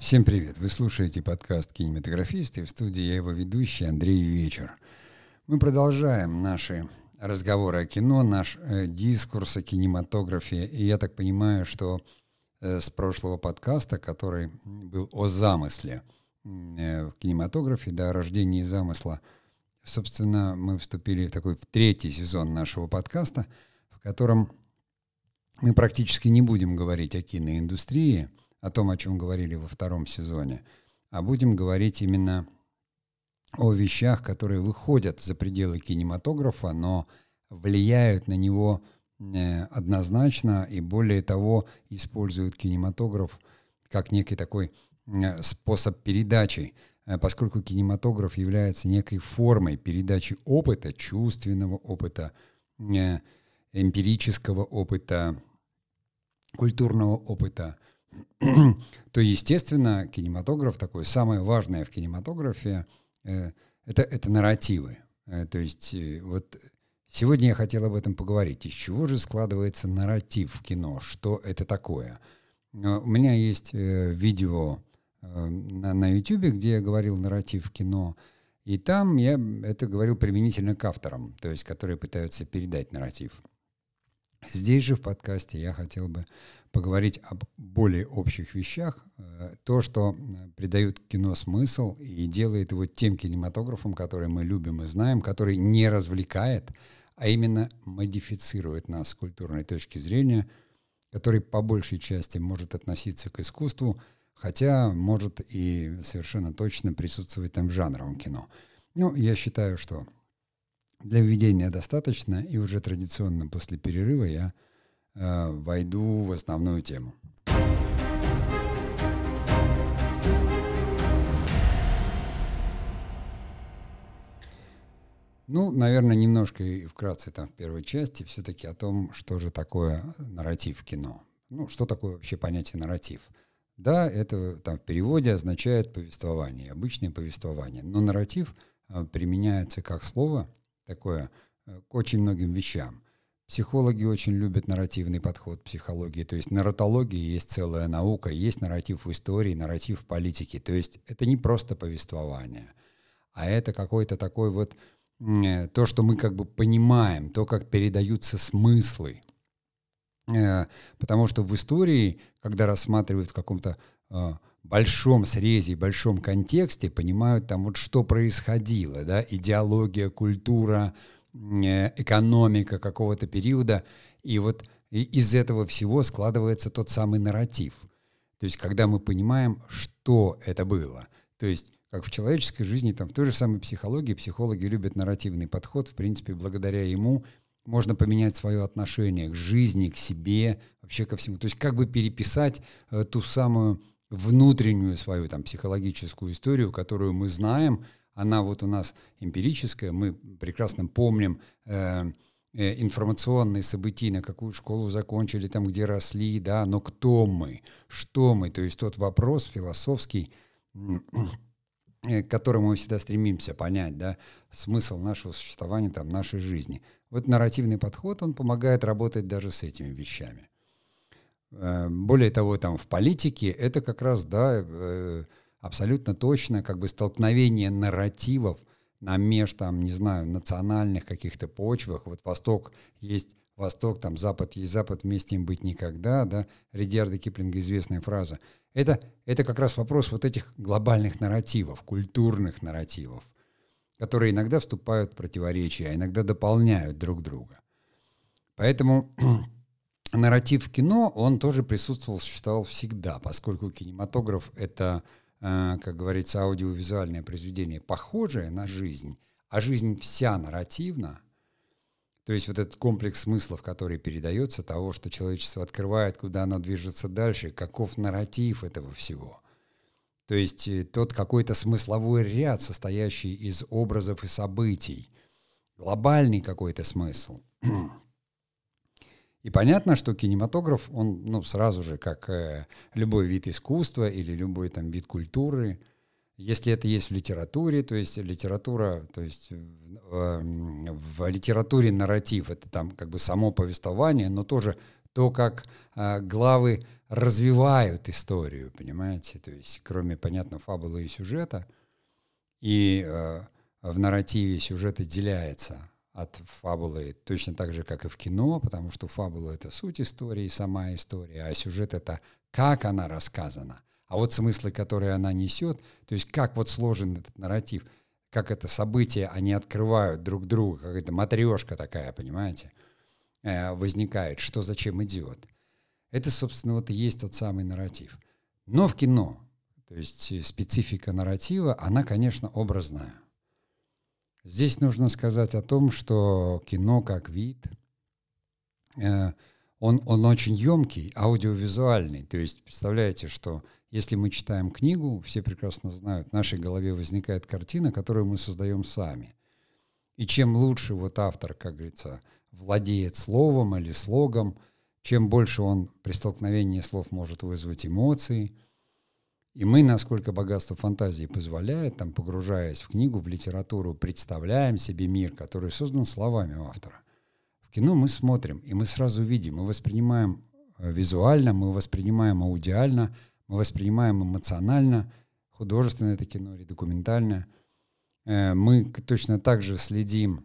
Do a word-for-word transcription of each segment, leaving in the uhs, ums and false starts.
Всем привет! Вы слушаете подкаст «Кинематографисты», в студии я его ведущий Андрей Вечер. Мы продолжаем наши разговоры о кино, наш э, дискурс о кинематографе. И я так понимаю, что э, с прошлого подкаста, который был о замысле э, в кинематографе, да, о рождении замысла, собственно, мы вступили в такой в третий сезон нашего подкаста, в котором мы практически не будем говорить о киноиндустрии, о том, о чем говорили во втором сезоне, а будем говорить именно о вещах, которые выходят за пределы кинематографа, но влияют на него э, однозначно и, более того, используют кинематограф как некий такой э, способ передачи, э, поскольку кинематограф является некой формой передачи опыта, чувственного опыта, э, эмпирического опыта, культурного опыта, то, естественно, кинематограф, такое самое важное в кинематографе, э, это, это нарративы. Э, то есть э, вот сегодня я хотел об этом поговорить. Из чего же складывается нарратив в кино? Что это такое? Э, у меня есть э, видео э, на, на YouTube, где я говорил нарратив в кино, и там я это говорил применительно к авторам, то есть которые пытаются передать нарратив. Здесь же в подкасте я хотел бы поговорить об более общих вещах, то, что придает кино смысл и делает его тем кинематографом, который мы любим и знаем, который не развлекает, а именно модифицирует нас с культурной точки зрения, который по большей части может относиться к искусству, хотя может и совершенно точно присутствовать там в жанровом кино. Ну, я считаю, что для введения достаточно, и уже традиционно после перерыва я э, войду в основную тему. Ну, наверное, немножко и вкратце там в первой части все-таки о том, что же такое нарратив в кино. Ну, что такое вообще понятие нарратив? Да, это там в переводе означает повествование, обычное повествование, но нарратив э, применяется как слово такое к очень многим вещам. Психологи очень любят нарративный подход психологии, то есть нарратология есть целая наука, есть нарратив в истории, нарратив в политике, то есть это не просто повествование, а это какой-то такой вот э, то, что мы как бы понимаем, то, как передаются смыслы. Э, потому что в истории, когда рассматривают в каком-то э, большом срезе, большом контексте, понимают там вот что происходило, да, идеология, культура, экономика какого-то периода, и вот из этого всего складывается тот самый нарратив. То есть когда мы понимаем, что это было. То есть как в человеческой жизни, там в той же самой психологии, психологи любят нарративный подход, в принципе, благодаря ему можно поменять свое отношение к жизни, к себе, вообще ко всему. То есть как бы переписать э, ту самую внутреннюю свою там психологическую историю, которую мы знаем, она вот у нас эмпирическая, мы прекрасно помним э, э, информационные события, на какую школу закончили, там где росли, да, но кто мы, что мы, то есть тот вопрос философский, э, к которому мы всегда стремимся понять, да, смысл нашего существования, там, нашей жизни. Вот нарративный подход, он помогает работать даже с этими вещами. Более того, там в политике это как раз, да, абсолютно точно как бы столкновение нарративов на меж, там, не знаю, национальных каких-то почвах. Вот Восток есть Восток, там Запад есть Запад, вместе им быть никогда, да, Ридьярда Киплинга известная фраза. Это, это как раз вопрос вот этих глобальных нарративов, культурных нарративов, которые иногда вступают в противоречия, а иногда дополняют друг друга. Поэтому нарратив в кино, он тоже присутствовал, существовал всегда, поскольку кинематограф — это, э, как говорится, аудиовизуальное произведение, похожее на жизнь, а жизнь вся нарративна. То есть вот этот комплекс смыслов, который передается, того, что человечество открывает, куда оно движется дальше, каков нарратив этого всего. То есть э, тот какой-то смысловой ряд, состоящий из образов и событий, глобальный какой-то смысл. И понятно, что кинематограф, он, ну, сразу же, как э, любой вид искусства или любой там вид культуры, если это есть в литературе, то есть литература, то есть э, в литературе нарратив — это там как бы само повествование, но тоже то, как э, главы развивают историю, понимаете, то есть кроме, понятно, фабулы и сюжета, и э, в нарративе сюжет отделяется от фабулы точно так же, как и в кино, потому что фабула — это суть истории, сама история, а сюжет — это как она рассказана. А вот смыслы, которые она несет, то есть как вот сложен этот нарратив, как это события, они открывают друг друга, какая-то матрешка такая, понимаете, э, возникает, что зачем идет. Это, собственно, вот и есть тот самый нарратив. Но в кино, то есть специфика нарратива, она, конечно, образная. Здесь нужно сказать о том, что кино как вид, э, он, он очень емкий, аудиовизуальный. То есть представляете, что если мы читаем книгу, все прекрасно знают, в нашей голове возникает картина, которую мы создаем сами. И чем лучше вот автор, как говорится, владеет словом или слогом, чем больше он при столкновении слов может вызвать эмоции. И мы, насколько богатство фантазии позволяет, там, погружаясь в книгу, в литературу, представляем себе мир, который создан словами у автора. В кино мы смотрим, и мы сразу видим, мы воспринимаем визуально, мы воспринимаем аудиально, мы воспринимаем эмоционально, художественное это кино или документальное. Мы точно так же следим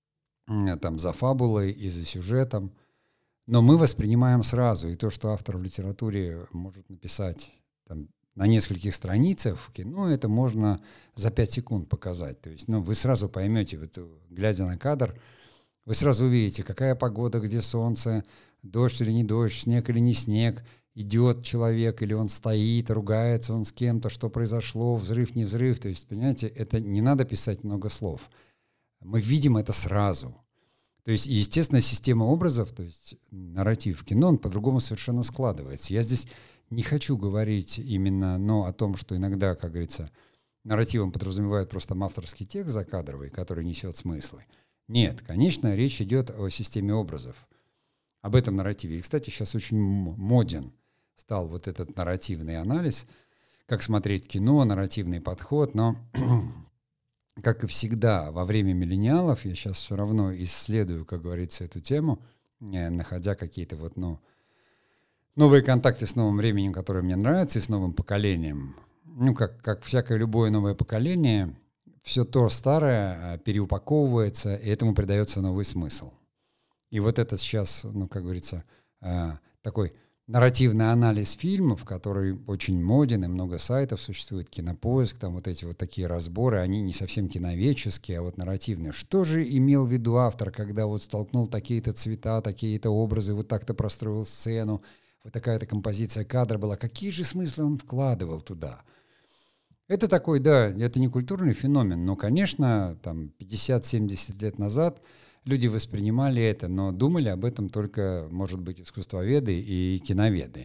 там, за фабулой и за сюжетом, но мы воспринимаем сразу. И то, что автор в литературе может написать там, на нескольких страницах, в кино это можно за пять секунд показать. То есть ну, вы сразу поймете, вот, глядя на кадр, вы сразу увидите, какая погода, где солнце, дождь или не дождь, снег или не снег, идет человек или он стоит, ругается он с кем-то, что произошло, взрыв, не взрыв. То есть, понимаете, это не надо писать много слов. Мы видим это сразу. То есть, естественно, система образов, то есть нарратив в кино, он по-другому совершенно складывается. Я здесь не хочу говорить именно но о том, что иногда, как говорится, нарративом подразумевают просто авторский текст закадровый, который несет смыслы. Нет, конечно, речь идет о системе образов, об этом нарративе. И, кстати, сейчас очень моден стал вот этот нарративный анализ, как смотреть кино, нарративный подход, но как и всегда, во время миллениалов, я сейчас все равно исследую, как говорится, эту тему, находя какие-то вот, ну, новые контакты с новым временем, которые мне нравятся, и с новым поколением. Ну, как, как всякое любое новое поколение, все то старое переупаковывается, и этому придается новый смысл. И вот это сейчас, ну, как говорится, такой нарративный анализ фильмов, который очень моден, и много сайтов существует, Кинопоиск, там вот эти вот такие разборы, они не совсем киноведческие, а вот нарративные. Что же имел в виду автор, когда вот столкнул такие-то цвета, такие-то образы, вот так-то простроил сцену, вот такая-то композиция кадра была, какие же смыслы он вкладывал туда? Это такой, да, это не культурный феномен, но, конечно, там пятьдесят-семьдесят лет назад люди воспринимали это, но думали об этом только, может быть, искусствоведы и киноведы.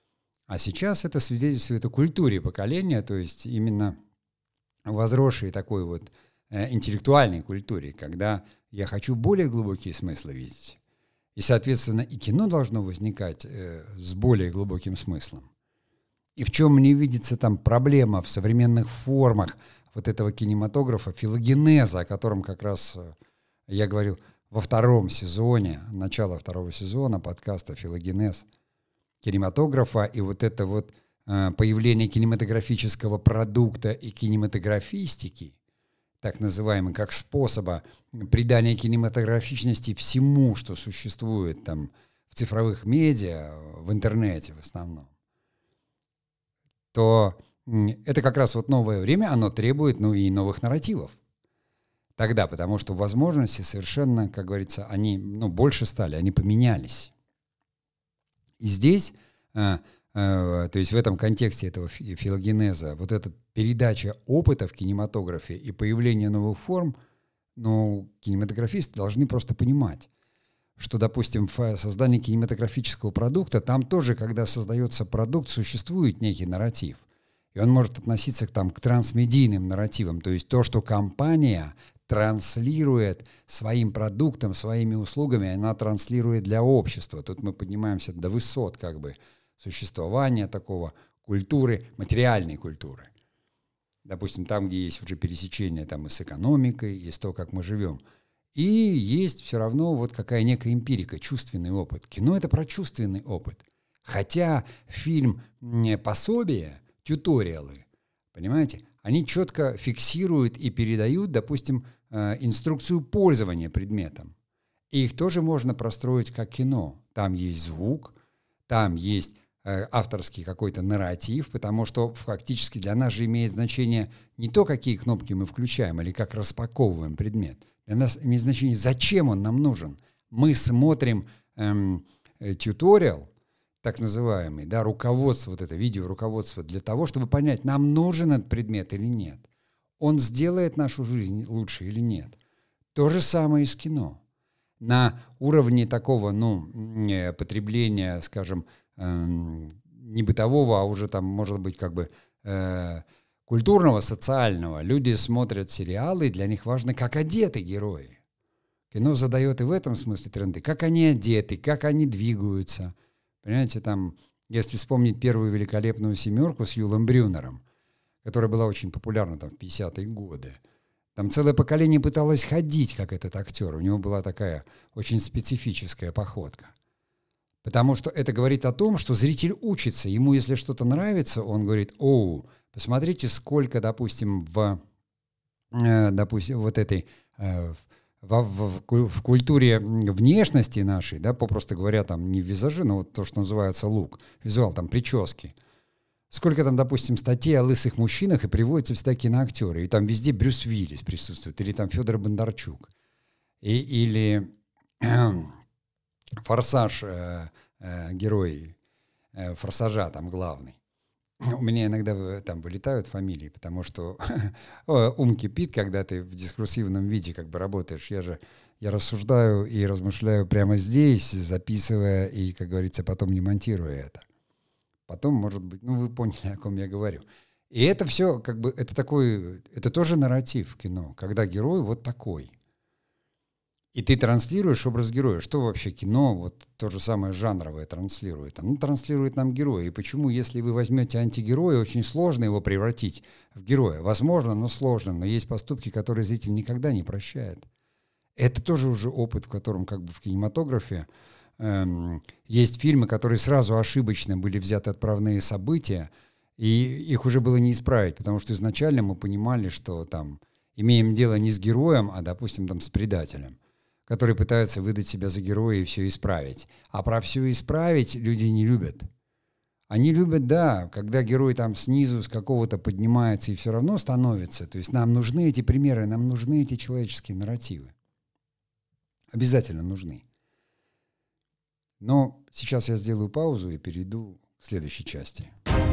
А сейчас это свидетельствует о культуре поколения, то есть именно возросшей такой вот э, интеллектуальной культуре, когда я хочу более глубокие смыслы видеть. И, соответственно, и кино должно возникать э, с более глубоким смыслом. И в чем мне видится там проблема в современных формах вот этого кинематографа, филогенеза, о котором как раз э, я говорил во втором сезоне, начало второго сезона подкаста «Филогенез» кинематографа, и вот это вот э, появление кинематографического продукта и кинематографистики, так называемый, как способа придания кинематографичности всему, что существует там в цифровых медиа, в интернете в основном, то это как раз вот новое время, оно требует, ну, и новых нарративов. Тогда, потому что возможности совершенно, как говорится, они, ну, больше стали, они поменялись. И здесь, э, э, то есть в этом контексте этого филогенеза, вот эта передача опыта в кинематографе и появление новых форм, ну, кинематографисты должны просто понимать, что, допустим, в создании кинематографического продукта, там тоже, когда создается продукт, существует некий нарратив. И он может относиться к, там, к трансмедийным нарративам, то есть то, что компания транслирует своим продуктом, своими услугами, она транслирует для общества. Тут мы поднимаемся до высот как бы существования такого культуры, материальной культуры. Допустим, там, где есть уже пересечение там, и с экономикой, и с то, как мы живем. И есть все равно вот какая некая эмпирика, чувственный опыт. Кино — это про чувственный опыт. Хотя фильм «Пособие», тьюториалы, понимаете, они четко фиксируют и передают, допустим, инструкцию пользования предметом. И их тоже можно простроить как кино. Там есть звук, там есть авторский какой-то нарратив, потому что фактически для нас же имеет значение не то, какие кнопки мы включаем или как распаковываем предмет. Для нас имеет значение, зачем он нам нужен. Мы смотрим эм, э, тьюториал, так называемый, да, руководство, вот это видео-руководство для того, чтобы понять, нам нужен этот предмет или нет. Он сделает нашу жизнь лучше или нет. То же самое и с кино. На уровне такого, ну, потребления, скажем, не бытового, а уже там, может быть, как бы э, культурного, социального. Люди смотрят сериалы, и для них важно, как одеты герои. Кино задает и в этом смысле тренды. Как они одеты, как они двигаются. Понимаете, там, если вспомнить первую «Великолепную семерку» с Юлем Брюнером, которая была очень популярна там в пятидесятые годы, там целое поколение пыталось ходить, как этот актер. У него была такая очень специфическая походка. Потому что это говорит о том, что зритель учится. Ему, если что-то нравится, он говорит: «Оу, посмотрите, сколько, допустим, в, э, допустим, вот этой, э, в, в, в культуре внешности нашей, да, попросту говоря, там не в визаже, но вот то, что называется лук, визуал, там прически. Сколько там, допустим, статей о лысых мужчинах, и приводятся всегда киноактеры. И там везде Брюс Уиллис присутствует, или там Федор Бондарчук. И, или... «Форсаж», э, э, герой э, «Форсажа», там главный. У меня иногда там вылетают фамилии, потому что ум кипит, когда ты в дискурсивном виде как бы работаешь. Я же я рассуждаю и размышляю прямо здесь, записывая и, как говорится, потом не монтируя это. Потом, может быть, ну вы поняли, о ком я говорю. И это все как бы, это такой, это тоже нарратив в кино, когда герой вот такой. И ты транслируешь образ героя. Что вообще кино, вот то же самое жанровое транслирует? Оно транслирует нам героя. И почему, если вы возьмете антигероя, очень сложно его превратить в героя? Возможно, но сложно. Но есть поступки, которые зритель никогда не прощает. Это тоже уже опыт, в котором как бы в кинематографе эм, есть фильмы, которые сразу ошибочно были взяты отправные события, и их уже было не исправить, потому что изначально мы понимали, что там имеем дело не с героем, а, допустим, там, с предателем, который пытается выдать себя за героя и все исправить. А про все исправить люди не любят. Они любят, да, когда герой там снизу с какого-то поднимается и все равно становится. То есть нам нужны эти примеры, нам нужны эти человеческие нарративы. Обязательно нужны. Но сейчас я сделаю паузу и перейду к следующей части.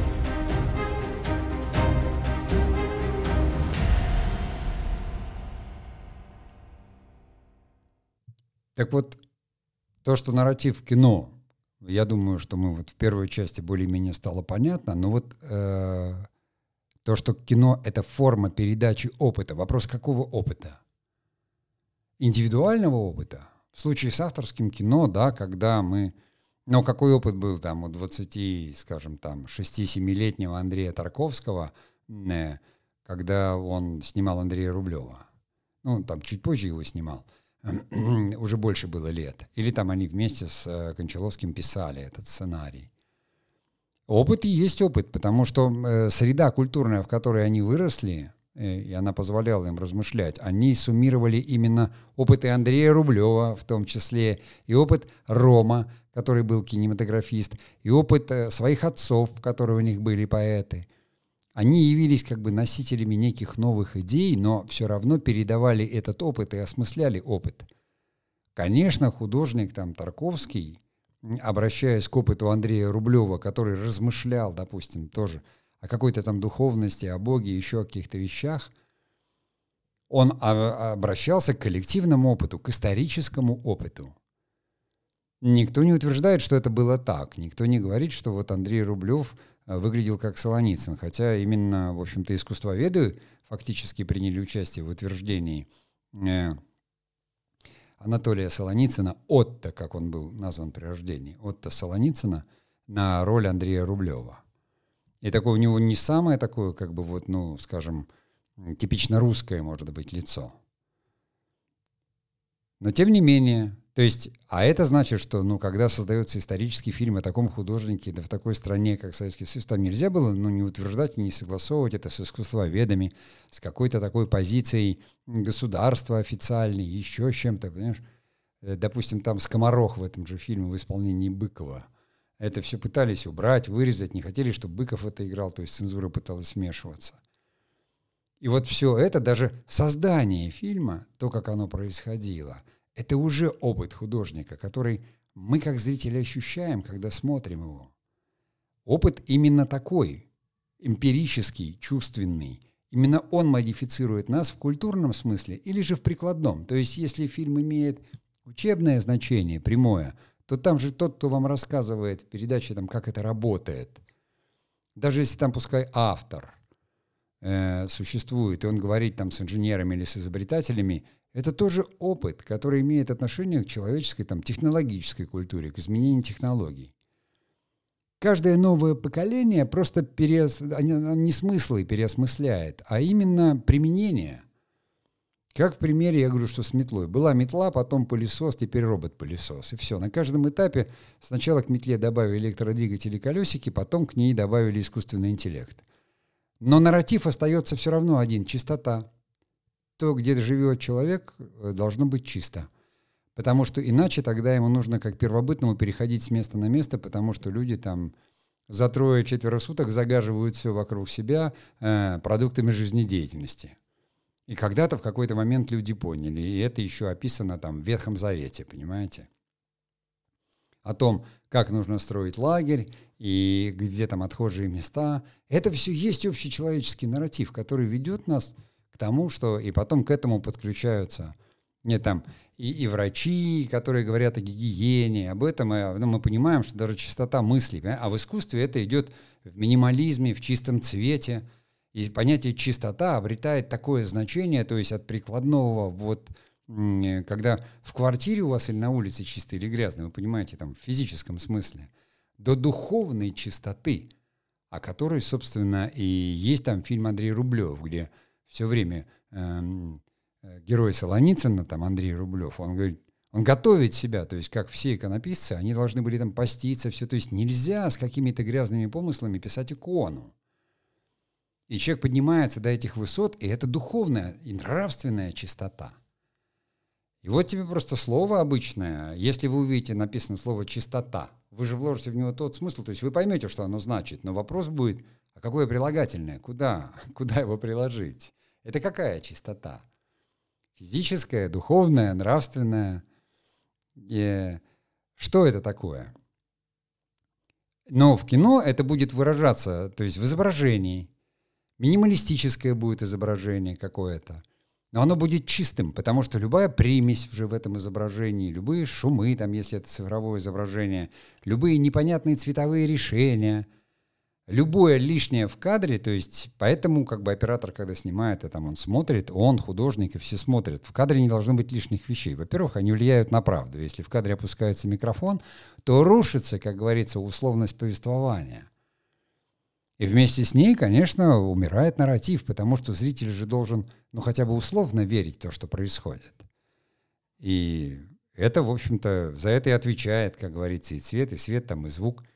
Так вот, то, что нарратив в кино, я думаю, что мы вот в первой части более-менее стало понятно, но вот э, то, что кино — это форма передачи опыта. Вопрос, какого опыта? Индивидуального опыта? В случае с авторским кино, да, когда мы... Ну, какой опыт был там у двадцати, скажем, там, шести-семилетнего Андрея Тарковского, э, когда он снимал Андрея Рублева? Ну, там чуть позже его снимал. Уже больше было лет. Или там они вместе с э, Кончаловским писали этот сценарий. Опыт и есть опыт, потому что э, среда культурная, в которой они выросли, э, и она позволяла им размышлять, они суммировали именно опыты Андрея Рублева, в том числе, и опыт Рома, который был кинематографист, и опыт э, своих отцов, которые у них были поэты. Они явились как бы носителями неких новых идей, но все равно передавали этот опыт и осмысляли опыт. Конечно, художник там Тарковский, обращаясь к опыту Андрея Рублева, который размышлял, допустим, тоже о какой-то там духовности, о Боге, еще о каких-то вещах, он обращался к коллективному опыту, к историческому опыту. Никто не утверждает, что это было так. Никто не говорит, что вот Андрей Рублев выглядел как Солоницын, хотя именно, в общем-то, искусствоведы фактически приняли участие в утверждении э, Анатолия Солоницына, Отто, как он был назван при рождении, Отто Солоницына, на роль Андрея Рублева. И такое у него не самое такое, как бы вот, ну, скажем, типично русское, может быть, лицо. Но тем не менее, то есть, а это значит, что, ну, когда создается исторический фильм о таком художнике, да в такой стране, как Советский Союз, там нельзя было, ну, не утверждать, не согласовывать это с искусствоведами, с какой-то такой позицией государства официальной, еще с чем-то, понимаешь? Допустим, там «Скоморох» в этом же фильме в исполнении Быкова. Это все пытались убрать, вырезать, не хотели, чтобы Быков это играл, то есть цензура пыталась вмешиваться. И вот все это, даже создание фильма, то, как оно происходило, это уже опыт художника, который мы как зрители ощущаем, когда смотрим его. Опыт именно такой, эмпирический, чувственный. Именно он модифицирует нас в культурном смысле или же в прикладном. То есть если фильм имеет учебное значение, прямое, то там же тот, кто вам рассказывает в передаче, там, как это работает. Даже если там, пускай автор э, существует, и он говорит там с инженерами или с изобретателями, это тоже опыт, который имеет отношение к человеческой, там, технологической культуре, к изменению технологий. Каждое новое поколение просто переос... не смыслы переосмысляет, а именно применение. Как в примере, я говорю, что с метлой. Была метла, потом пылесос, теперь робот-пылесос. И все. На каждом этапе сначала к метле добавили электродвигатели, колесики, потом к ней добавили искусственный интеллект. Но нарратив остается все равно один – чистота. То, где живет человек, должно быть чисто. Потому что иначе тогда ему нужно как первобытному переходить с места на место, потому что люди там за трое-четверо суток загаживают все вокруг себя э, продуктами жизнедеятельности. И когда-то в какой-то момент люди поняли, и это еще описано там в Ветхом Завете, понимаете? О том, как нужно строить лагерь, и где там отхожие места. Это все есть общечеловеческий нарратив, который ведет нас к тому, что и потом к этому подключаются не там и, и врачи, которые говорят о гигиене, об этом, и, ну, мы понимаем, что даже чистота мыслей, а в искусстве это идет в минимализме, в чистом цвете. И понятие «чистота» обретает такое значение, то есть от прикладного, вот, когда в квартире у вас или на улице чисто или грязно, вы понимаете, там, в физическом смысле, до духовной чистоты, о которой, собственно, и есть там фильм Андрей Рублев, где все время эм, герой Солоницына, там, Андрей Рублев, он говорит, он готовит себя, то есть как все иконописцы, они должны были там поститься, все, то есть нельзя с какими-то грязными помыслами писать икону. И человек поднимается до этих высот, и это духовная и нравственная чистота. И вот тебе просто слово обычное. Если вы увидите написано слово «чистота», вы же вложите в него тот смысл, то есть вы поймете, что оно значит. Но вопрос будет, а какое прилагательное? Куда? Куда его приложить? Это какая чистота? Физическая, духовная, нравственная? И что это такое? Но в кино это будет выражаться, то есть в изображении. Минималистическое будет изображение какое-то. Но оно будет чистым, потому что любая примесь уже в этом изображении, любые шумы, там, если это цифровое изображение, любые непонятные цветовые решения, любое лишнее в кадре, то есть поэтому как бы оператор, когда снимает, и там он смотрит, он, художник, и все смотрят. В кадре не должно быть лишних вещей. Во-первых, они влияют на правду. Если в кадре опускается микрофон, то рушится, как говорится, условность повествования. И вместе с ней, конечно, умирает нарратив, потому что зритель же должен, ну, хотя бы условно верить в то, что происходит. И это, в общем-то, за это и отвечает, как говорится, и цвет, и свет, там, и звук.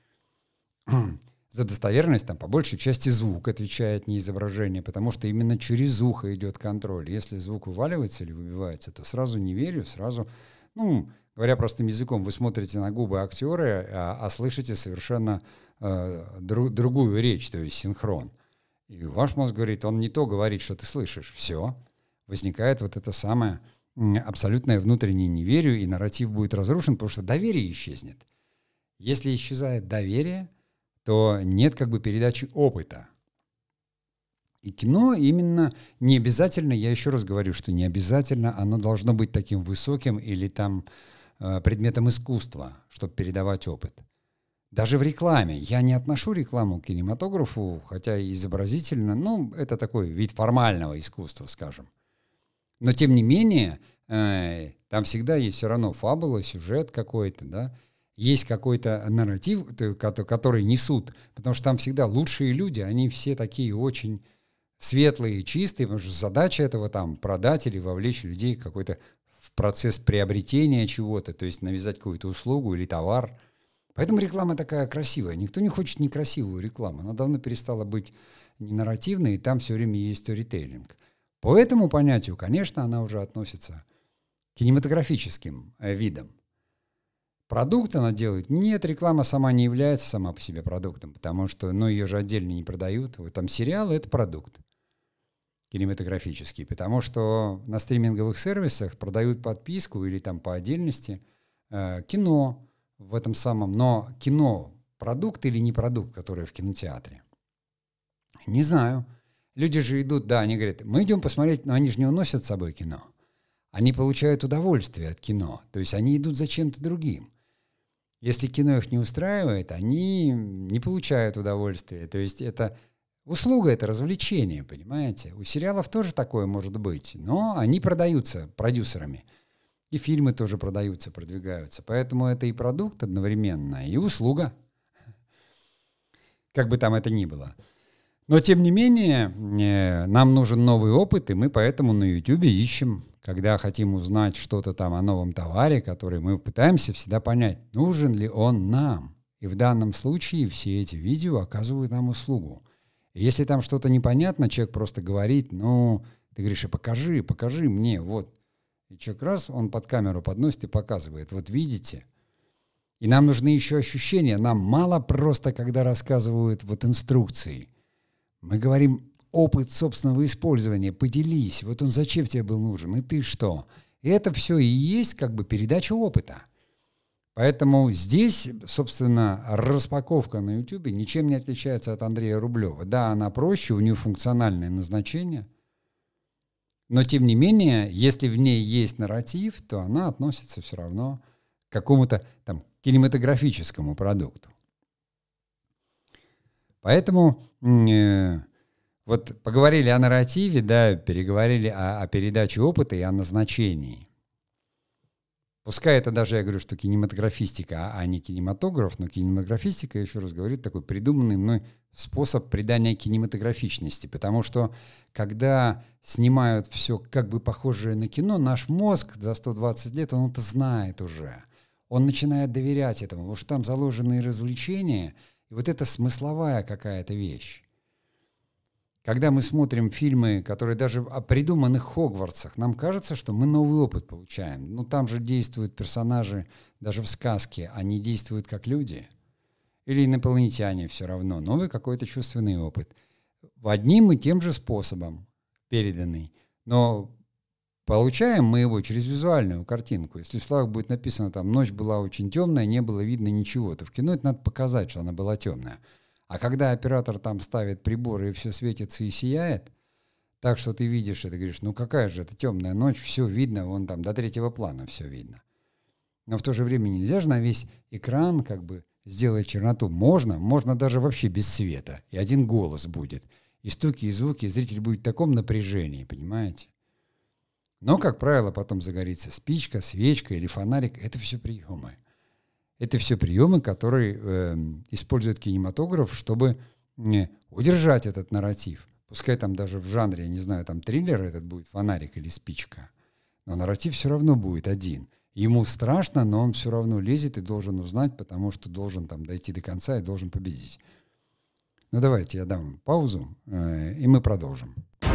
За достоверность, там, по большей части звук отвечает, не изображение, потому что именно через ухо идет контроль. Если звук вываливается или выбивается, то сразу не верю, сразу, ну, говоря простым языком, вы смотрите на губы актера, а, а слышите совершенно Друг, другую речь, то есть синхрон. И ваш мозг говорит, он не то говорит, что ты слышишь. Все. Возникает вот это самое абсолютное внутреннее неверие, и нарратив будет разрушен, потому что доверие исчезнет. Если исчезает доверие, то нет как бы передачи опыта. И кино именно не обязательно, я еще раз говорю, что не обязательно оно должно быть таким высоким или там предметом искусства, чтобы передавать опыт. Даже в рекламе. Я не отношу рекламу к кинематографу, хотя и изобразительно, ну, это такой вид формального искусства, скажем. Но, тем не менее, э, там всегда есть все равно фабула, сюжет какой-то, да, есть какой-то нарратив, который несут, потому что там всегда лучшие люди, они все такие очень светлые и чистые, потому что задача этого там продать или вовлечь людей в какой-то в процесс приобретения чего-то, то есть навязать какую-то услугу или товар. Поэтому реклама такая красивая. Никто не хочет некрасивую рекламу. Она давно перестала быть не нарративной, и там все время есть сторителлинг. По этому понятию, конечно, она уже относится к кинематографическим э, видам. Продукт она делает? Нет, реклама сама не является сама по себе продуктом, потому что ну, ее же отдельно не продают. Вот там сериалы — это продукт кинематографический, потому что на стриминговых сервисах продают подписку или там по отдельности э, кино в этом самом. Но кино — продукт или не продукт, который в кинотеатре? Не знаю. Люди же идут, да, они говорят, мы идем посмотреть, но они же не уносят с собой кино. Они получают удовольствие от кино, то есть они идут за чем-то другим. Если кино их не устраивает, они не получают удовольствия. То есть это услуга, это развлечение, понимаете? У сериалов тоже такое может быть, но они продаются продюсерами. И фильмы тоже продаются, продвигаются. Поэтому это и продукт одновременно, и услуга. Как бы там это ни было. Но, тем не менее, нам нужен новый опыт, и мы поэтому на YouTube ищем, когда хотим узнать что-то там о новом товаре, который мы пытаемся всегда понять, нужен ли он нам. И в данном случае все эти видео оказывают нам услугу. И если там что-то непонятно, человек просто говорит, ну, ты говоришь, а покажи, покажи мне, вот. И человек раз, он под камеру подносит и показывает, вот видите. И нам нужны еще ощущения, нам мало просто, когда рассказывают вот инструкции. Мы говорим опыт собственного использования, поделись, вот он зачем тебе был нужен, и ты что? И это все и есть как бы передача опыта. Поэтому здесь, собственно, распаковка на YouTube ничем не отличается от Андрея Рублева. Да, она проще, у нее функциональное назначение, но тем не менее, если в ней есть нарратив, то она относится все равно к какому-то там кинематографическому продукту. Поэтому э, вот поговорили о нарративе, да, переговорили о, о передаче опыта и о назначении. Пускай это даже, я говорю, что кинематографистика, а не кинематограф, но кинематографистика, я еще раз говорю, такой придуманный мной способ придания кинематографичности. Потому что, когда снимают все как бы похожее на кино, наш мозг за сто двадцать лет, он это знает уже. Он начинает доверять этому, потому что там заложены развлечения, и вот это смысловая какая-то вещь. Когда мы смотрим фильмы, которые даже о придуманных Хогвартсах, нам кажется, что мы новый опыт получаем. Ну, там же действуют персонажи, даже в сказке, они действуют как люди. Или инопланетяне все равно. Новый какой-то чувственный опыт. В одним и тем же способом переданный. Но получаем мы его через визуальную картинку. Если в словах будет написано, там, ночь была очень темная, не было видно ничего, то в кино это надо показать, что она была темная. А когда оператор там ставит приборы и все светится и сияет, так что ты видишь это, говоришь, ну какая же это темная ночь, все видно, вон там до третьего плана все видно. Но в то же время нельзя же на весь экран как бы сделать черноту. Можно, можно даже вообще без света. И один голос будет. И стуки, и звуки, и зритель будет в таком напряжении, понимаете? Но, как правило, потом загорится спичка, свечка или фонарик. Это все приемы. Это все приемы, которые э, использует кинематограф, чтобы э, удержать этот нарратив. Пускай там даже в жанре, я не знаю, там триллер этот будет фонарик или спичка. Но нарратив все равно будет один. Ему страшно, но он все равно лезет и должен узнать, потому что должен там дойти до конца и должен победить. Ну давайте я дам паузу, э, и мы продолжим.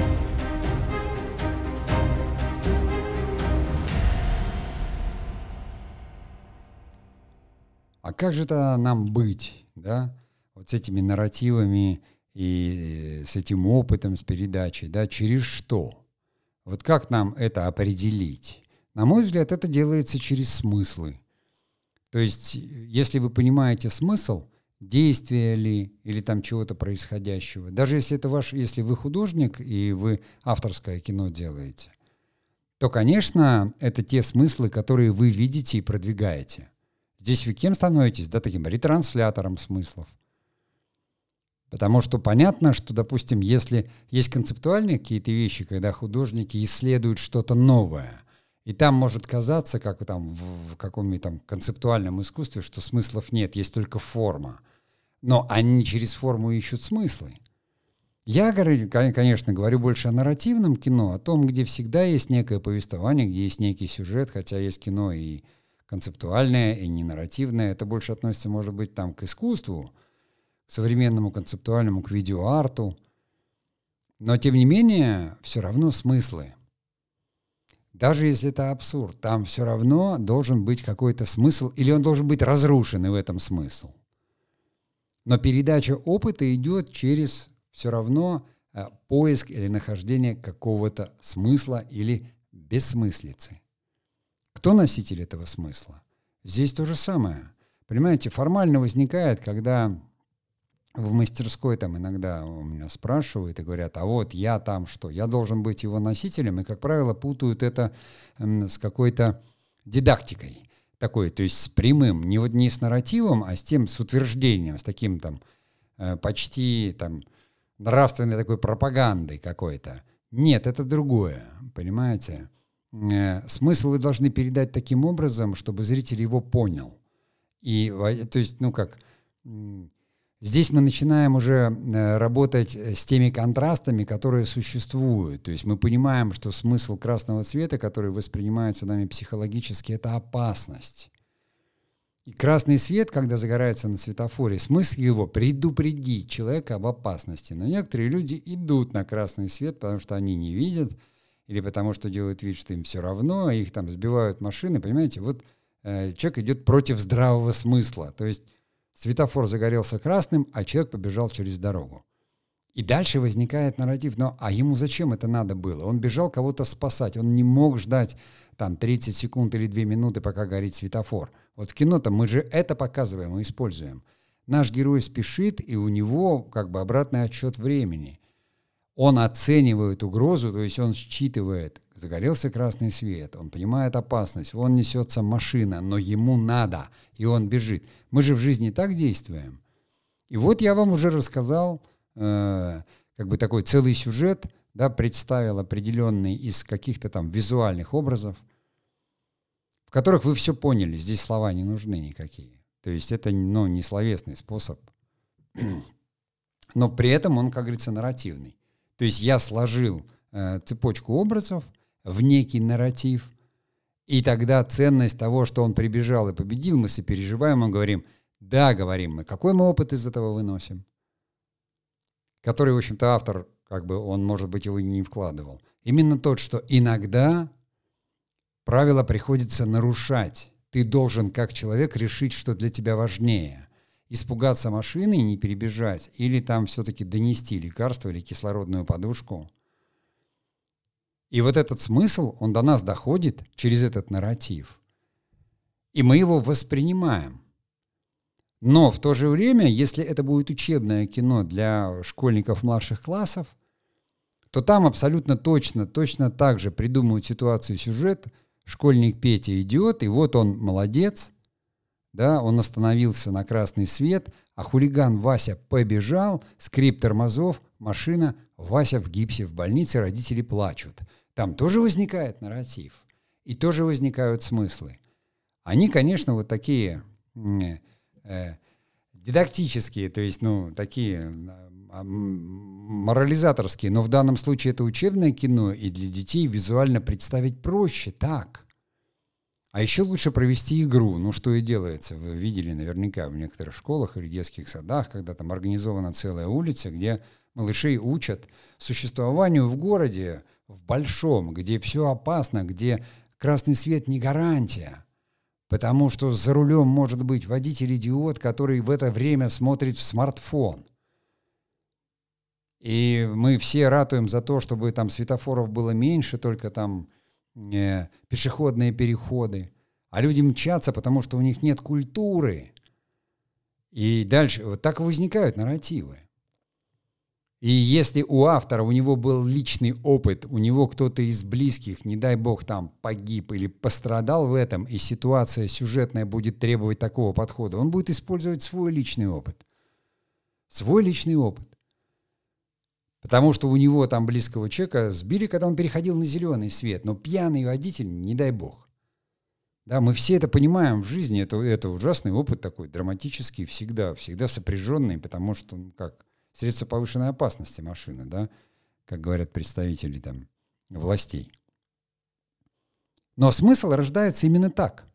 А как же-то нам быть, да, вот с этими нарративами и с этим опытом, с передачей, да, через что? Вот как нам это определить? На мой взгляд, это делается через смыслы. То есть, если вы понимаете смысл действия ли или там чего-то происходящего, даже если это ваш, если вы художник и вы авторское кино делаете, то, конечно, это те смыслы, которые вы видите и продвигаете. Здесь вы кем становитесь? Да, таким ретранслятором смыслов. Потому что понятно, что, допустим, если есть концептуальные какие-то вещи, когда художники исследуют что-то новое, и там может казаться, как там в каком-нибудь там концептуальном искусстве, что смыслов нет, есть только форма. Но они через форму ищут смыслы. Я, конечно, говорю больше о нарративном кино, о том, где всегда есть некое повествование, где есть некий сюжет, хотя есть кино и концептуальное, и не нарративное. Это больше относится, может быть, там, к искусству, к современному концептуальному, к видеоарту. Но, тем не менее, все равно смыслы. Даже если это абсурд, там все равно должен быть какой-то смысл, или он должен быть разрушен, и в этом смысл. Но передача опыта идет через все равно э, поиск или нахождение какого-то смысла или бессмыслицы. Кто носитель этого смысла? Здесь то же самое. Понимаете, формально возникает, когда в мастерской там иногда у меня спрашивают и говорят, а вот я там что? Я должен быть его носителем, и, как правило, путают это э, с какой-то дидактикой. Такой, то есть с прямым, не, вот не с нарративом, а с тем, с утверждением, с таким там э, почти там нравственной такой пропагандой какой-то. Нет, это другое, понимаете? Э, смысл вы должны передать таким образом, чтобы зритель его понял. И, то есть, ну как, здесь мы начинаем уже э, работать с теми контрастами, которые существуют. То есть мы понимаем, что смысл красного цвета, который воспринимается нами психологически, это опасность. И красный свет, когда загорается на светофоре, смысл его предупредить человека об опасности. Но некоторые люди идут на красный свет, потому что они не видят, или потому что делают вид, что им все равно, их там сбивают машины. Понимаете, вот э, человек идет против здравого смысла. То есть светофор загорелся красным, а человек побежал через дорогу. И дальше возникает нарратив. Но а ему зачем это надо было? Он бежал кого-то спасать. Он не мог ждать там тридцать секунд или две минуты, пока горит светофор. Вот в кино-то мы же это показываем и используем. Наш герой спешит, и у него как бы обратный отсчет времени. Он оценивает угрозу, то есть он считывает, загорелся красный свет, он понимает опасность, вон несется машина, но ему надо, и он бежит. Мы же в жизни так действуем. И вот я вам уже рассказал э, как бы такой целый сюжет, да, представил определенный из каких-то там визуальных образов, в которых вы все поняли, здесь слова не нужны никакие. То есть это, ну, не словесный способ, но при этом он, как говорится, нарративный. То есть я сложил э, цепочку образов в некий нарратив, и тогда ценность того, что он прибежал и победил, мы сопереживаем и говорим, да, говорим мы, какой мы опыт из этого выносим? Который, в общем-то, автор, как бы он, может быть, его не вкладывал. Именно тот, что иногда правила приходится нарушать. Ты должен, как человек, решить, что для тебя важнее. Испугаться машины и не перебежать, или там все-таки донести лекарство или кислородную подушку. И вот этот смысл, он до нас доходит через этот нарратив. И мы его воспринимаем. Но в то же время, если это будет учебное кино для школьников младших классов, то там абсолютно точно, точно так же придумывают ситуацию, сюжет. Школьник Петя идет, и вот он молодец, да, он остановился на красный свет, а хулиган Вася побежал, скрип тормозов, машина, Вася в гипсе в больнице, родители плачут. Там тоже возникает нарратив, и тоже возникают смыслы. Они, конечно, вот такие э, э, дидактические, то есть, ну, такие э, морализаторские, но в данном случае это учебное кино, и для детей визуально представить проще так. А еще лучше провести игру, ну что и делается. Вы видели наверняка в некоторых школах или детских садах, когда там организована целая улица, где малышей учат существованию в городе, в большом, где все опасно, где красный свет не гарантия. Потому что за рулем может быть водитель-идиот, который в это время смотрит в смартфон. И мы все ратуем за то, чтобы там светофоров было меньше, только там э, пешеходные переходы. А люди мчатся, потому что у них нет культуры. И дальше вот так возникают нарративы. И если у автора, у него был личный опыт, у него кто-то из близких, не дай бог, там погиб или пострадал в этом, и ситуация сюжетная будет требовать такого подхода, он будет использовать свой личный опыт. Свой личный опыт. Потому что у него там близкого человека сбили, когда он переходил на зеленый свет. Но пьяный водитель, не дай бог. Да, мы все это понимаем в жизни. Это, это ужасный опыт такой, драматический, всегда, всегда сопряженный, потому что, ну как, средство повышенной опасности машины, да, как говорят представители там властей. Но смысл рождается именно так.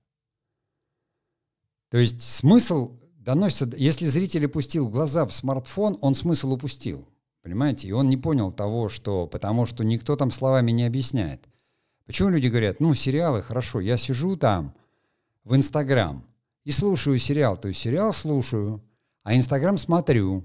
То есть смысл доносится, если зритель опустил глаза в смартфон, он смысл упустил, понимаете? И он не понял того, что, потому что никто там словами не объясняет. Почему люди говорят, ну, сериалы, хорошо, я сижу там в Инстаграм и слушаю сериал, то есть сериал слушаю, а Инстаграм смотрю.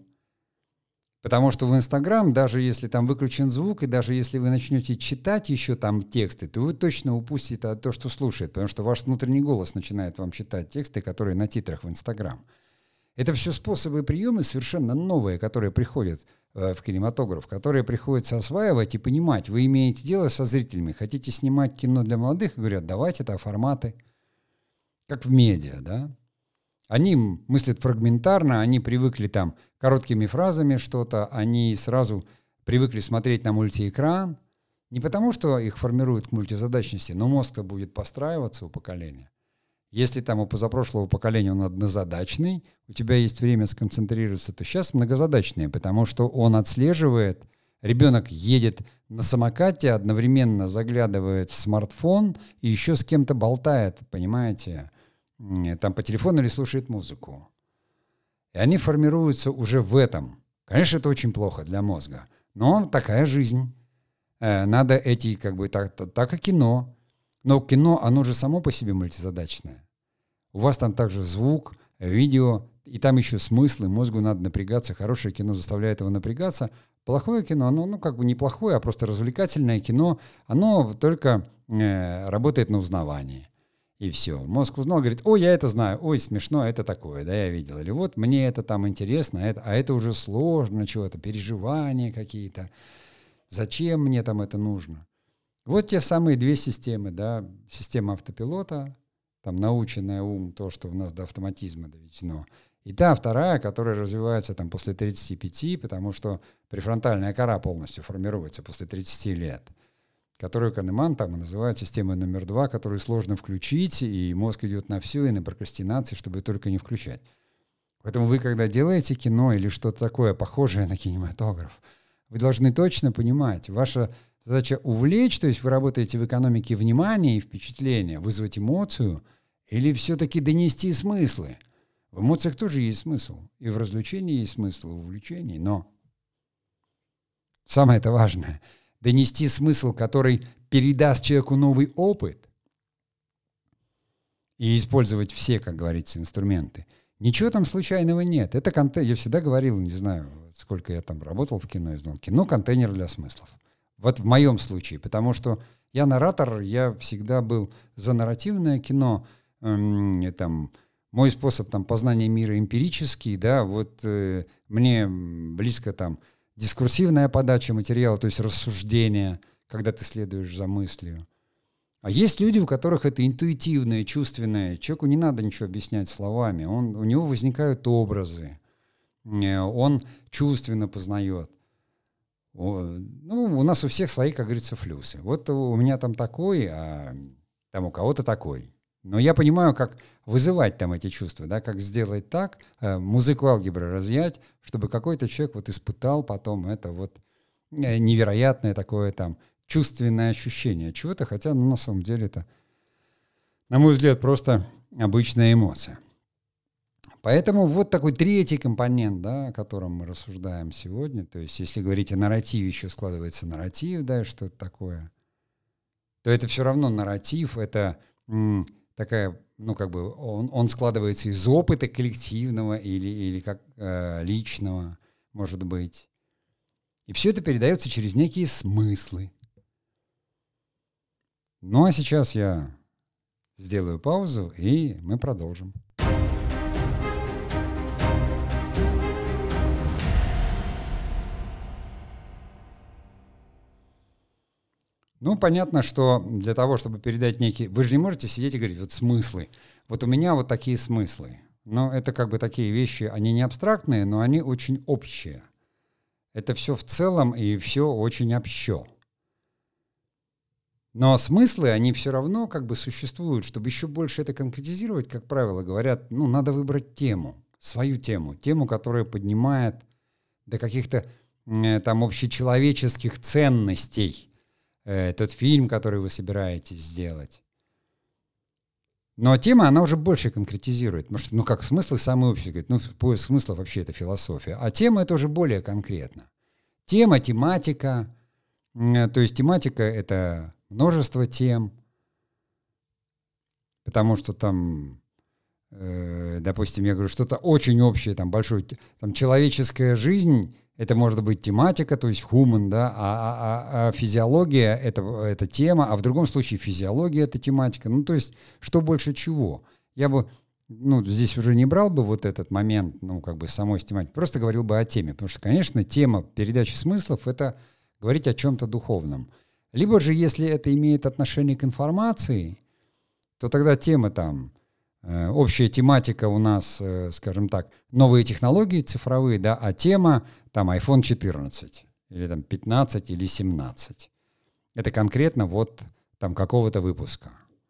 Потому что в Инстаграм, даже если там выключен звук, и даже если вы начнете читать еще там тексты, то вы точно упустите то, что слушает, потому что ваш внутренний голос начинает вам читать тексты, которые на титрах в Инстаграм. Это все способы и приемы совершенно новые, которые приходят э, в кинематограф, которые приходится осваивать и понимать. Вы имеете дело со зрителями, хотите снимать кино для молодых, и говорят, давайте это форматы, как в медиа, да? Они мыслят фрагментарно, они привыкли там короткими фразами что-то, они сразу привыкли смотреть на мультиэкран. Не потому, что их формируют к мультизадачности, но мозг-то будет постраиваться у поколения. Если там у позапрошлого поколения он однозадачный, у тебя есть время сконцентрироваться, то сейчас многозадачные, потому что он отслеживает, ребенок едет на самокате, одновременно заглядывает в смартфон и еще с кем-то болтает, понимаете, там по телефону или слушает музыку. И они формируются уже в этом. Конечно, это очень плохо для мозга, но такая жизнь. Надо эти, как бы, так, так и кино. Но кино, оно же само по себе мультизадачное. У вас там также звук, видео, и там еще смыслы, мозгу надо напрягаться. Хорошее кино заставляет его напрягаться. Плохое кино, оно, ну, как бы не плохое, а просто развлекательное кино, оно только э, работает на узнавании. И все. Мозг узнал, говорит, ой, я это знаю, ой, смешно, это такое, да, я видел. Или вот мне это там интересно, а это, а это уже сложно, чего-то, переживания какие-то. Зачем мне там это нужно? Вот те самые две системы, да, система автопилота, там наученная ум, то, что у нас до автоматизма доведено, и та вторая, которая развивается там после тридцати пяти, потому что префронтальная кора полностью формируется после тридцати лет, которую Канеман там называет системой номер два, которую сложно включить, и мозг идет на все, и на прокрастинации, чтобы только не включать. Поэтому вы, когда делаете кино или что-то такое похожее на кинематограф, вы должны точно понимать, ваша задача увлечь, то есть вы работаете в экономике внимания и впечатления, вызвать эмоцию, или все-таки донести смыслы. В эмоциях тоже есть смысл, и в развлечении есть смысл, и в увлечении, но самое это важное — донести смысл, который передаст человеку новый опыт, и использовать все, как говорится, инструменты. Ничего там случайного нет. Это контейнер. Я всегда говорил, не знаю, сколько я там работал в кино, и знал, кино — контейнер для смыслов. Вот в моем случае, потому что я наратор, я всегда был за нарративное кино. Эм, там, мой способ там, познания мира эмпирический, да, вот э, мне близко там дискурсивная подача материала, то есть рассуждение, когда ты следуешь за мыслью. А есть люди, у которых это интуитивное, чувственное. Человеку не надо ничего объяснять словами. Он, у него возникают образы. Он чувственно познает. Ну, у нас у всех свои, как говорится, флюсы. Вот у меня там такой, а там у кого-то такой. Но я понимаю, как вызывать там эти чувства, да, как сделать так, э, музыку алгебры разъять, чтобы какой-то человек вот испытал потом это вот невероятное такое там чувственное ощущение чего-то, хотя ну, на самом деле это, на мой взгляд, просто обычная эмоция. Поэтому вот такой третий компонент, да, о котором мы рассуждаем сегодня, то есть если говорить о нарративе, еще складывается нарратив, да, что-то такое, то это все равно нарратив, это м, такая, ну как бы он, он складывается из опыта коллективного или, или как э, личного, может быть. И все это передается через некие смыслы. Ну а сейчас я сделаю паузу, и мы продолжим. Ну, понятно, что для того, чтобы передать некие... Вы же не можете сидеть и говорить, вот смыслы. Вот у меня вот такие смыслы. Но это как бы такие вещи, они не абстрактные, но они очень общие. Это все в целом, и все очень общо. Но смыслы, они все равно как бы существуют. Чтобы еще больше это конкретизировать, как правило, говорят, ну, надо выбрать тему, свою тему, тему, которая поднимает до каких-то э, там общечеловеческих ценностей, э, тот фильм, который вы собираетесь сделать. Но тема, она уже больше конкретизирует. Потому что, ну, как смыслы самые общие. Говорит, ну, поиск смысла вообще это философия. А тема это уже более конкретно. Тема, тематика. Э, то есть тематика — это множество тем. Потому что там, э, допустим, я говорю, что-то очень общее, там, большое, там, человеческая жизнь, это может быть тематика, то есть human, да, а, а, а физиология это, это тема, а в другом случае физиология — это тематика. Ну, то есть, что больше чего? Я бы, ну, здесь уже не брал бы вот этот момент, ну, как бы самой тематики, просто говорил бы о теме, потому что, конечно, тема передачи смыслов — это говорить о чем-то духовном. Либо же, если это имеет отношение к информации, то тогда тема там, э, общая тематика у нас, э, скажем так, новые технологии цифровые, да, а тема там айфон четырнадцать, или там пятнадцать, или семнадцать. Это конкретно вот там какого-то выпуска.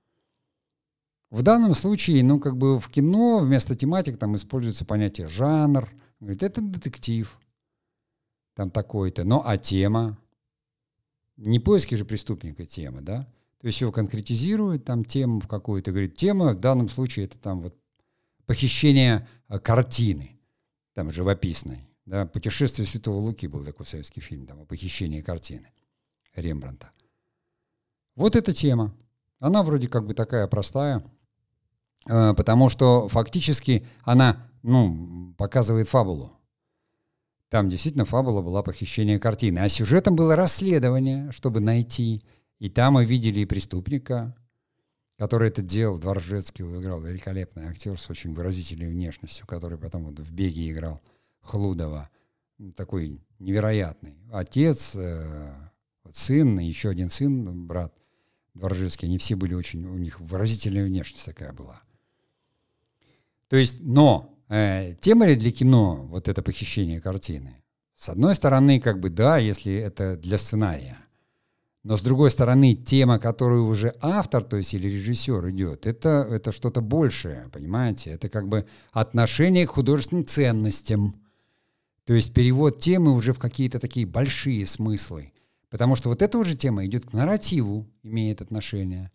В данном случае, ну, как бы в кино вместо тематик там используется понятие жанр. Говорит, это детектив, там такой-то, но а тема? Не поиски же преступника темы, да? То есть его конкретизирует, там тему в какую-то, говорит, тема в данном случае это там вот похищение а, картины, там живописной, да, «Путешествие святого Луки» был такой советский фильм, там, о похищении картины Рембрандта. Вот эта тема. Она вроде как бы такая простая, э, потому что фактически она, ну, показывает фабулу. Там действительно фабула была похищение картины, а сюжетом было расследование, чтобы найти. И там мы видели и преступника, который это делал. Дворжецкий его играл, великолепный актер с очень выразительной внешностью, который потом вот в «Беге» играл Хлудова. Такой невероятный. Отец, э, сын, и еще один сын, брат Дворжецкий. Они все были очень... У них выразительная внешность такая была. То есть, но э, тема ли для кино вот это похищение картины? С одной стороны, как бы да, если это для сценария. Но с другой стороны, тема, которую уже автор, то есть или режиссер идет, это, это что-то большее, понимаете? Это как бы отношение к художественным ценностям. То есть перевод темы уже в какие-то такие большие смыслы. Потому что вот эта уже тема идет к нарративу, имеет отношение.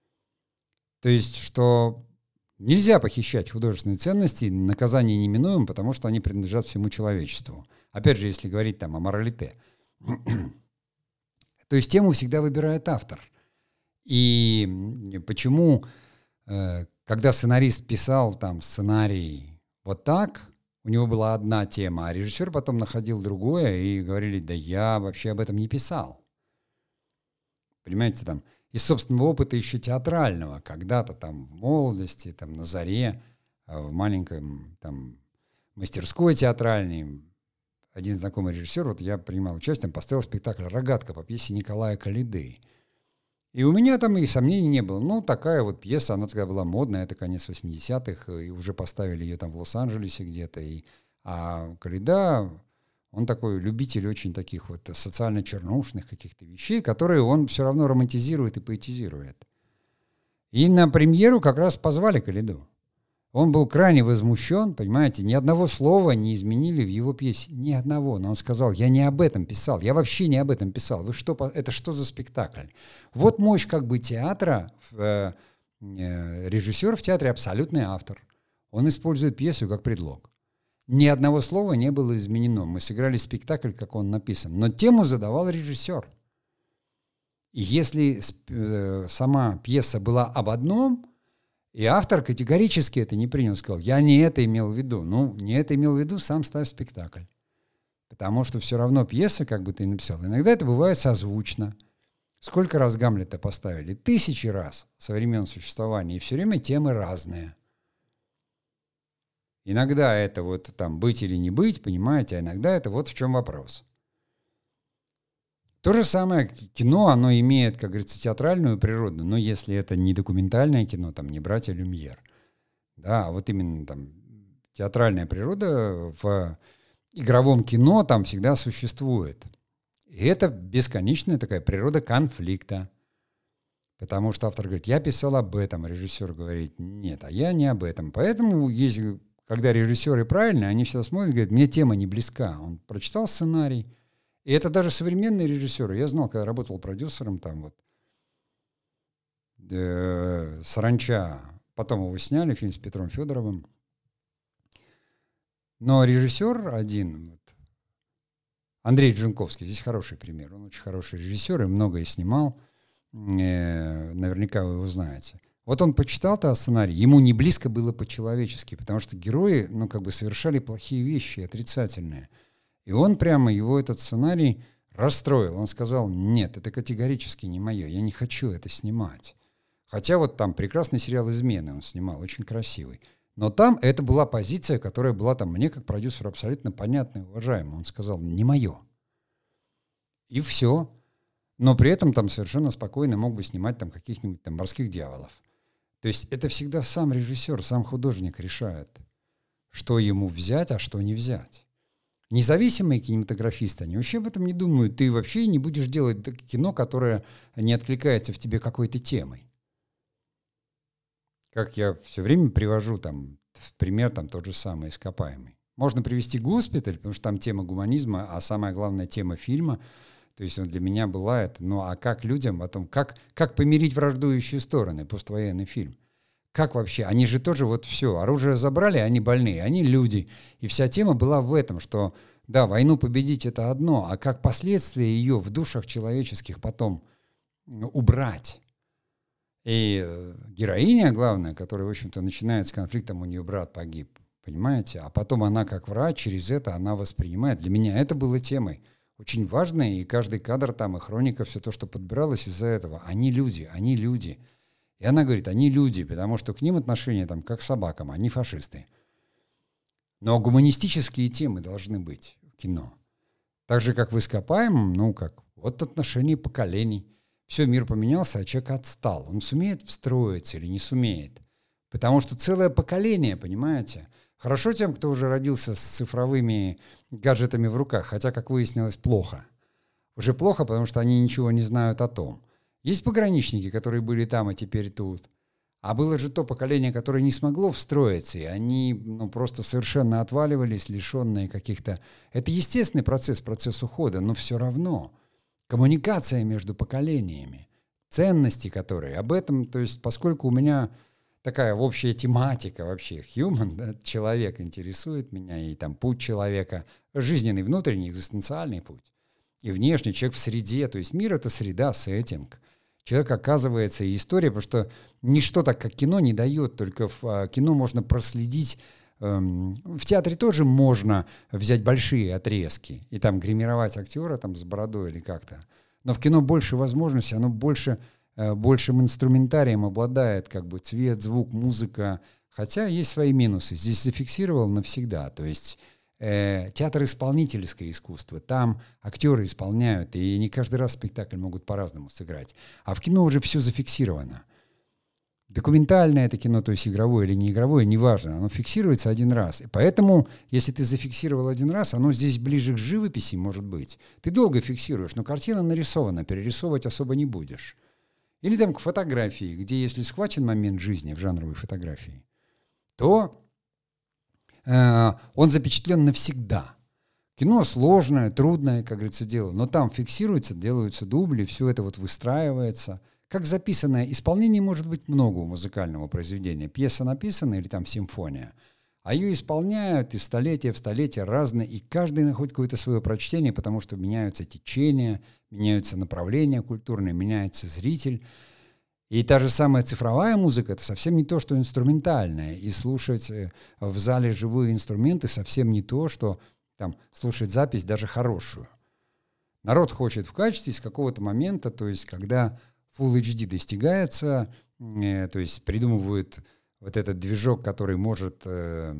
То есть, что нельзя похищать художественные ценности, наказание неминуемо, потому что они принадлежат всему человечеству. Опять же, если говорить там о моралите. То есть тему всегда выбирает автор. И почему, э, когда сценарист писал там сценарий вот так, у него была одна тема, а режиссер потом находил другое и говорили, да я вообще об этом не писал. Понимаете, там, из собственного опыта еще театрального, когда-то там в молодости, там на заре, в маленьком там мастерской театральной, один знакомый режиссер, вот я принимал участие, поставил спектакль «Рогатка» по пьесе Николая Калиды. И у меня там и сомнений не было. Ну, такая вот пьеса, она тогда была модная, это конец восьмидесятых, и уже поставили ее там в Лос-Анджелесе где-то. И, а Калида, он такой любитель очень таких вот социально-чернушных каких-то вещей, которые он все равно романтизирует и поэтизирует. И на премьеру как раз позвали Калиду. Он был крайне возмущен, понимаете, ни одного слова не изменили в его пьесе, ни одного. Но он сказал, я не об этом писал, я вообще не об этом писал. Вы что, это что за спектакль? Вот мощь как бы театра, э, э, режиссер в театре абсолютный автор. Он использует пьесу как предлог. Ни одного слова не было изменено. Мы сыграли спектакль, как он написан. Но тему задавал режиссер. И если э, сама пьеса была об одном, и автор категорически это не принял, сказал, я не это имел в виду. Ну, не это имел в виду, сам ставь спектакль. Потому что все равно пьеса, как бы ты написал, иногда это бывает созвучно. Сколько раз Гамлета поставили? Тысячи раз со времен существования, и все время темы разные. Иногда это вот там быть или не быть, понимаете, а иногда это вот в чем вопрос. То же самое кино, оно имеет, как говорится, театральную природу, но если это не документальное кино, там не «Братья Люмьер», да, а вот именно там театральная природа в игровом кино там всегда существует. И это бесконечная такая природа конфликта. Потому что автор говорит, я писал об этом, а режиссер говорит, нет, а я не об этом. Поэтому есть когда режиссеры правильные, они всегда смотрят и говорят, мне тема не близка. Он прочитал сценарий. И это даже современные режиссеры. Я знал, когда работал продюсером, там вот э, «Саранча», потом его сняли, фильм с Петром Федоровым. Но режиссер один, вот, Андрей Джунковский, здесь хороший пример. Он очень хороший режиссер и многое снимал. Э, наверняка вы его знаете. Вот он почитал-то сценарий, ему не близко было по-человечески, потому что герои, ну, как бы совершали плохие вещи, отрицательные. И он прямо его этот сценарий расстроил. Он сказал, нет, это категорически не мое, я не хочу это снимать. Хотя вот там прекрасный сериал «Измены» он снимал, очень красивый. Но там это была позиция, которая была там мне как продюсеру абсолютно понятна и уважаема. Он сказал, не мое. И все. Но при этом там совершенно спокойно мог бы снимать там каких-нибудь там «Морских дьяволов». То есть это всегда сам режиссер, сам художник решает, что ему взять, а что не взять. Независимые кинематографисты, они вообще об этом не думают. Ты вообще не будешь делать кино, которое не откликается в тебе какой-то темой. Как я все время привожу там, в пример там, тот же самый «Ископаемый». Можно привести «Госпиталь», потому что там тема гуманизма, а самая главная тема фильма, то есть он для меня была это, ну а как людям, о том, как, как помирить враждующие стороны, поствоенный фильм. Как вообще? Они же тоже вот все, оружие забрали, они больные, они люди. И вся тема была в этом, что да, войну победить это одно, а как последствия ее в душах человеческих потом убрать. И героиня, главная, которая, в общем-то, начинает с конфликтом, у нее брат погиб, понимаете? А потом она, как врач, через это она воспринимает. Для меня это было темой очень важной, и каждый кадр там, и хроника, все то, что подбиралось из-за этого. Они люди, они люди. И она говорит, они люди, потому что к ним отношение там как к собакам, они фашисты. Но гуманистические темы должны быть в кино. Так же, как в «Ископаемом», ну как, вот отношения поколений. Все, мир поменялся, а человек отстал. Он сумеет встроиться или не сумеет? Потому что целое поколение, понимаете? Хорошо тем, кто уже родился с цифровыми гаджетами в руках, хотя, как выяснилось, плохо. Уже плохо, потому что они ничего не знают о том. Есть пограничники, которые были там, а теперь тут. А было же то поколение, которое не смогло встроиться, и они ну, просто совершенно отваливались, лишенные каких-то... Это естественный процесс, процесс ухода, но все равно. Коммуникация между поколениями, ценности которые, об этом, то есть поскольку у меня такая общая тематика вообще, human, да, человек интересует меня, и там путь человека, жизненный, внутренний, экзистенциальный путь, и внешний, человек в среде, то есть мир — это среда, сеттинг. Человек оказывается, и история, потому что ничто так, как кино, не дает, только в а, кино можно проследить. Эм, в театре тоже можно взять большие отрезки и там гримировать актера там, с бородой или как-то. Но в кино больше возможностей, оно больше, э, большим инструментарием обладает, как бы цвет, звук, музыка. Хотя есть свои минусы. Здесь зафиксировал навсегда. То есть э, театр — исполнительское искусство. Там актеры исполняют, и не каждый раз спектакль могут по-разному сыграть. А в кино уже все зафиксировано. Документальное это кино, то есть игровое или не игровое, неважно, оно фиксируется один раз. И поэтому, если ты зафиксировал один раз, оно здесь ближе к живописи, может быть. Ты долго фиксируешь, но картина нарисована, перерисовывать особо не будешь. Или там к фотографии, где если схвачен момент жизни в жанровой фотографии, то э, он запечатлен навсегда. Кино сложное, трудное, как говорится, дело, но там фиксируется, делаются дубли, все это вот выстраивается. Как записанное, исполнений может быть много у музыкального произведения. Пьеса написана или там симфония, а ее исполняют из столетия в столетие разные, и каждый находит какое-то свое прочтение, потому что меняются течения, меняются направления культурные, меняется зритель. И та же самая цифровая музыка — это совсем не то, что инструментальная. И слушать в зале живые инструменты совсем не то, что там, слушать запись даже хорошую. Народ хочет в качестве с какого-то момента, то есть когда Full эйч ди достигается, э, то есть придумывают вот этот движок, который может э,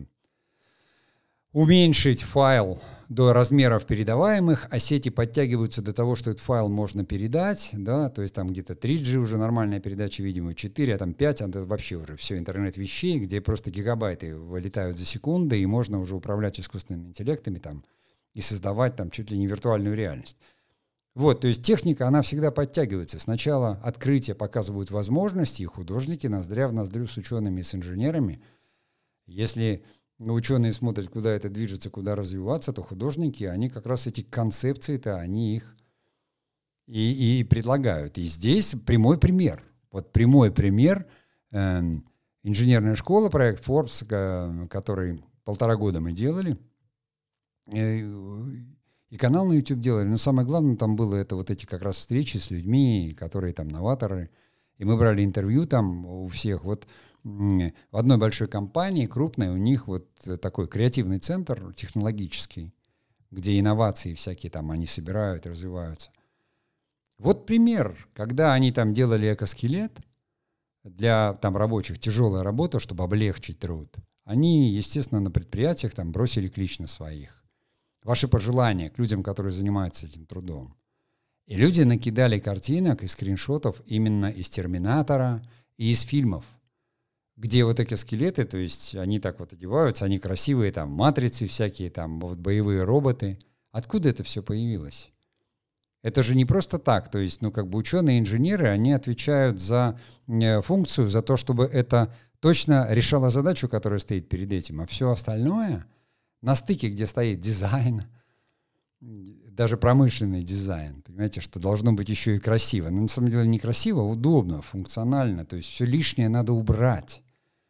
уменьшить файл до размеров передаваемых, а сети подтягиваются до того, что этот файл можно передать, да, то есть там где-то три джи уже нормальная передача, видимо, четыре, а там пять, а это вообще уже все интернет вещей, где просто гигабайты вылетают за секунды, и можно уже управлять искусственными интеллектами там и создавать там чуть ли не виртуальную реальность. Вот, то есть техника, она всегда подтягивается. Сначала открытия показывают возможности, и художники ноздря в ноздрю с учеными, с инженерами. Если ученые смотрят, куда это движется, куда развиваться, то художники, они как раз эти концепции-то, они их и, и предлагают. И здесь прямой пример. Вот прямой пример. Э, инженерная школа, проект Forbes, э, который полтора года мы делали. Э, и канал на YouTube делали. Но самое главное там было это вот эти как раз встречи с людьми, которые там новаторы. И мы брали интервью там у всех. Вот в одной большой компании, крупной, у них вот такой креативный центр технологический, где инновации всякие там они собирают и развиваются. Вот пример, когда они там делали экоскелет для там рабочих, тяжелая работа, чтобы облегчить труд. Они, естественно, на предприятиях там бросили клич на своих. Ваши пожелания к людям, которые занимаются этим трудом. И люди накидали картинок и скриншотов именно из «Терминатора» и из фильмов, где вот эти скелеты, то есть они так вот одеваются, они красивые, там матрицы всякие, там вот боевые роботы. Откуда это все появилось? Это же не просто так, то есть, ну, как бы ученые-инженеры, они отвечают за э, функцию, за то, чтобы это точно решало задачу, которая стоит перед этим, а все остальное на стыке, где стоит дизайн, даже промышленный дизайн, понимаете, что должно быть еще и красиво. Но на самом деле не красиво, а удобно, функционально, то есть все лишнее надо убрать.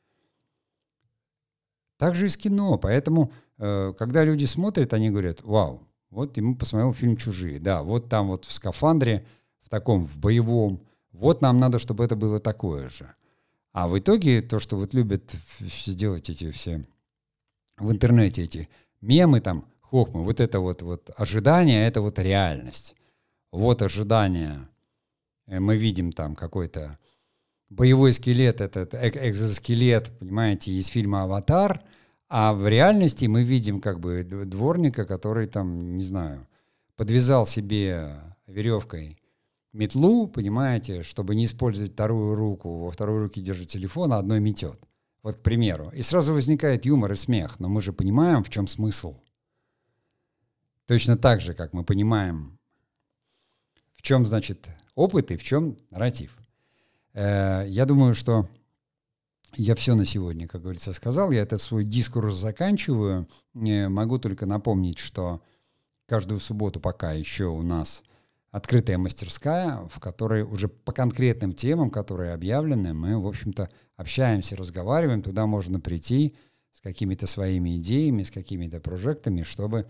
Так же и с кино. Поэтому, э, когда люди смотрят, они говорят: вау, вот ему посмотрел фильм «Чужие». Да, вот там вот в скафандре, в таком, в боевом. Вот нам надо, чтобы это было такое же. А в итоге то, что вот любят делать эти все в интернете, эти мемы там, хохмы, вот это вот, вот ожидание, это вот реальность. Вот ожидание. Мы видим там какой-то боевой скелет, этот экзоскелет, понимаете, из фильма «Аватар», а в реальности мы видим как бы дворника, который там, не знаю, подвязал себе веревкой метлу, понимаете, чтобы не использовать вторую руку, во второй руке держит телефон, а одной метет. Вот, к примеру. И сразу возникает юмор и смех, но мы же понимаем, в чем смысл. Точно так же, как мы понимаем, в чем, значит, опыт и в чем нарратив. Я думаю, что я все на сегодня, как говорится, сказал. Я этот свой дискурс заканчиваю. Могу только напомнить, что каждую субботу пока еще у нас открытая мастерская, в которой уже по конкретным темам, которые объявлены, мы, в общем-то, общаемся, разговариваем. Туда можно прийти с какими-то своими идеями, с какими-то прожектами, чтобы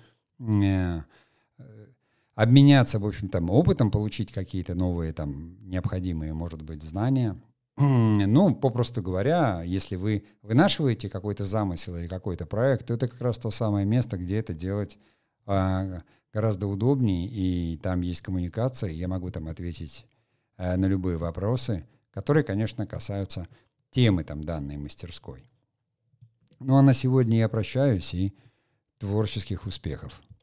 обменяться, в общем-то, опытом, получить какие-то новые там необходимые, может быть, знания. Ну, попросту говоря, если вы вынашиваете какой-то замысел или какой-то проект, то это как раз то самое место, где это делать а, гораздо удобнее, и там есть коммуникация, и я могу там ответить а, на любые вопросы, которые, конечно, касаются темы там данной мастерской. Ну, а на сегодня я прощаюсь и творческих успехов.